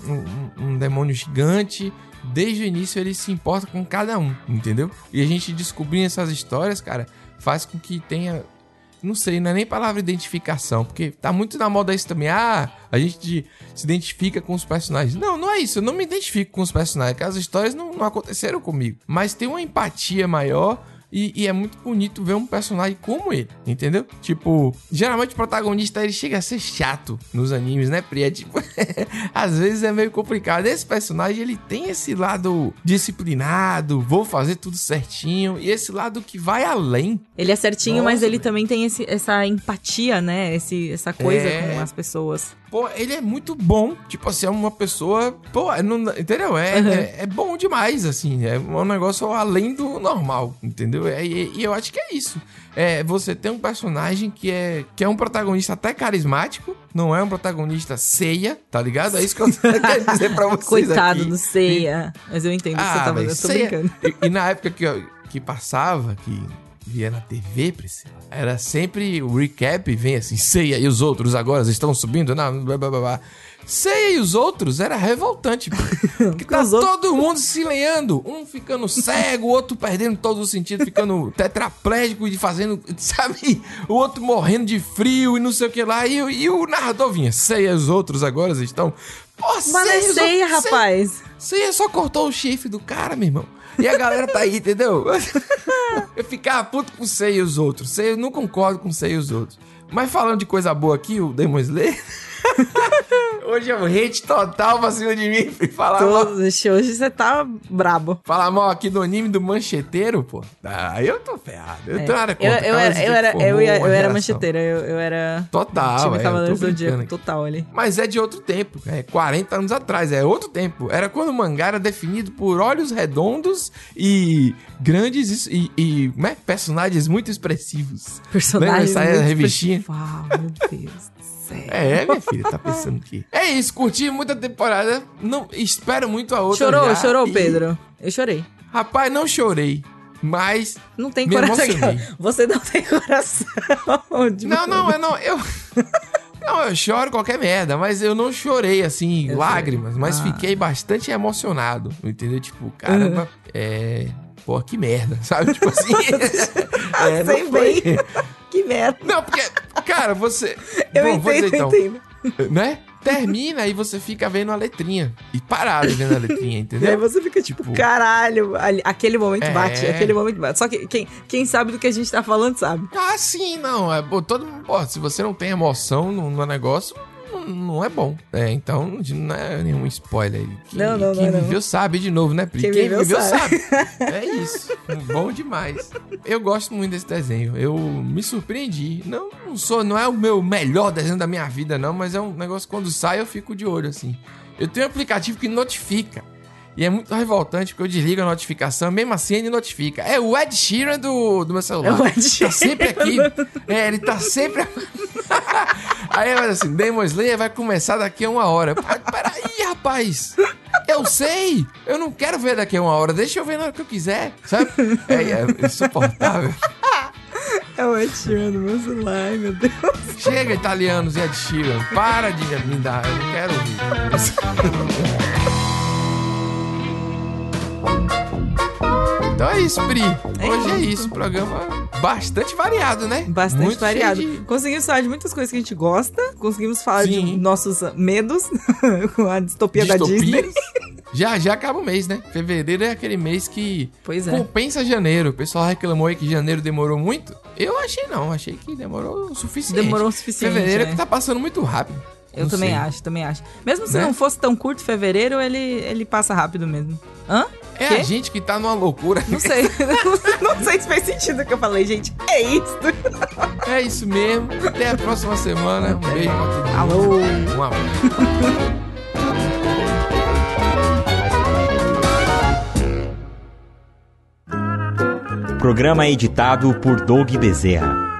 um demônio gigante. Desde o início ele se importa com cada um, entendeu? E a gente descobrindo essas histórias, cara, faz com que tenha... Não sei, não é nem palavra identificação, porque tá muito na moda isso também. A gente se identifica com os personagens. Não é isso, eu não me identifico com os personagens, porque as histórias não aconteceram comigo. Mas tem uma empatia maior e é muito bonito ver um personagem como ele, entendeu? Tipo, geralmente o protagonista ele chega a ser chato nos animes, né, Pri? Tipo, às vezes é meio complicado. Esse personagem, ele tem esse lado disciplinado, vou fazer tudo certinho, e esse lado que vai além. Ele é certinho, mas ele também tem essa empatia, né? Essa coisa com as pessoas. Pô, ele é muito bom. Tipo assim, é uma pessoa... Pô, entendeu? É bom demais, assim. É um negócio além do normal, entendeu? E eu acho que é isso. Você tem um personagem que é um protagonista até carismático. Não é um protagonista ceia, tá ligado? É isso que eu quero dizer pra vocês. Coitado aqui. do ceia. Mas eu entendo que você tava... Eu tô brincando. E na época que passava, que via na TV, Priscila, era sempre o recap, vem assim, Seiya e os outros agora estão subindo, não, blá, blá, blá, blá. Seiya e os outros era revoltante, porque tá todo mundo se lenhando, um ficando cego, o outro perdendo todo o sentido, ficando tetraplégico e fazendo, sabe, o outro morrendo de frio e não sei o que lá, e o narrador vinha, Seiya e os outros agora estão... Pô, mas é Seiya, rapaz. Seiya só cortou o chifre do cara, meu irmão. E a galera tá aí, entendeu? Eu ficava puto com o Seiya e os outros. Eu não concordo com o Seiya e os outros. Mas falando de coisa boa aqui, o Demon Slayer... Hoje é um hate total pra cima de mim. Hoje você tá brabo. Falar mal aqui do anime do mancheteiro, pô. Aí eu tô ferrado. Eu tô nada contra. Eu era mancheteira. Eu era... Total. Time Cavaleiros do Zodíaco total ali. Mas é de outro tempo. 40 anos atrás. É outro tempo. Era quando o mangá era definido por olhos redondos e grandes e personagens muito expressivos. Personagens muito revistinha? Meu Deus. Minha filha, tá pensando que... É isso, curti muita temporada. Não, espero muito a outra. Chorou, Pedro. Eu chorei. Rapaz, não chorei, mas... Não tem coração. Você não tem coração. Eu choro qualquer merda, mas eu não chorei, assim, lágrimas. Mas fiquei bastante emocionado, entendeu? Tipo, caramba, pô, que merda, sabe? Tipo assim... Sei bem. Que merda. Não, porque, cara, você... Eu entendo. Né? Termina e você fica vendo a letrinha. E parado vendo a letrinha, entendeu? E aí você fica tipo, caralho. Aquele momento bate, Só que quem sabe do que a gente tá falando sabe. Ah, sim, não. Todo mundo, se você não tem emoção no negócio... Não é bom. Então, não é nenhum spoiler. Quem viveu sabe de novo, né, Pri? Quem viveu sabe. É isso. Bom demais. Eu gosto muito desse desenho. Eu me surpreendi. Não é o meu melhor desenho da minha vida, não, mas é um negócio que quando sai eu fico de olho, assim. Eu tenho um aplicativo que notifica. E é muito revoltante, porque eu desligo a notificação, mesmo assim ele notifica. É o Ed Sheeran do meu celular. É o Ed Sheeran. Tá sempre aqui. Ele tá sempre... Aí vai assim, Demon Slayer vai começar daqui a 1 hora. Peraí, rapaz. Eu sei. Eu não quero ver daqui a 1 hora. Deixa eu ver na hora que eu quiser, sabe? É insuportável. Eu atirando meu celular, ai meu Deus. Chega, italianos e Ed Sheeran. Para de me dar, eu não quero ouvir isso. Então é isso, Pri. Hoje é isso. Programa bastante variado, né? Bastante muito variado. cheio de... Conseguimos falar de muitas coisas que a gente gosta. Conseguimos falar Sim. de nossos medos com a distopia da Disney. Já acaba o mês, né? Fevereiro é aquele mês que Pois é. compensa janeiro. O pessoal reclamou aí que janeiro demorou muito. Eu achei não. Achei que demorou o suficiente. Demorou o suficiente, Fevereiro é né? que tá passando muito rápido. Eu Não também sei. acho, também acho. Mesmo se Né? não fosse tão curto fevereiro, ele passa rápido mesmo. Hã? É Quê? a gente que tá numa loucura. Não sei. Não sei se faz sentido o que eu falei, gente. É isso. É isso mesmo. Até a próxima semana. Um beijo pra todo mundo. Alô. Um abraço. Programa editado por Doug Bezerra.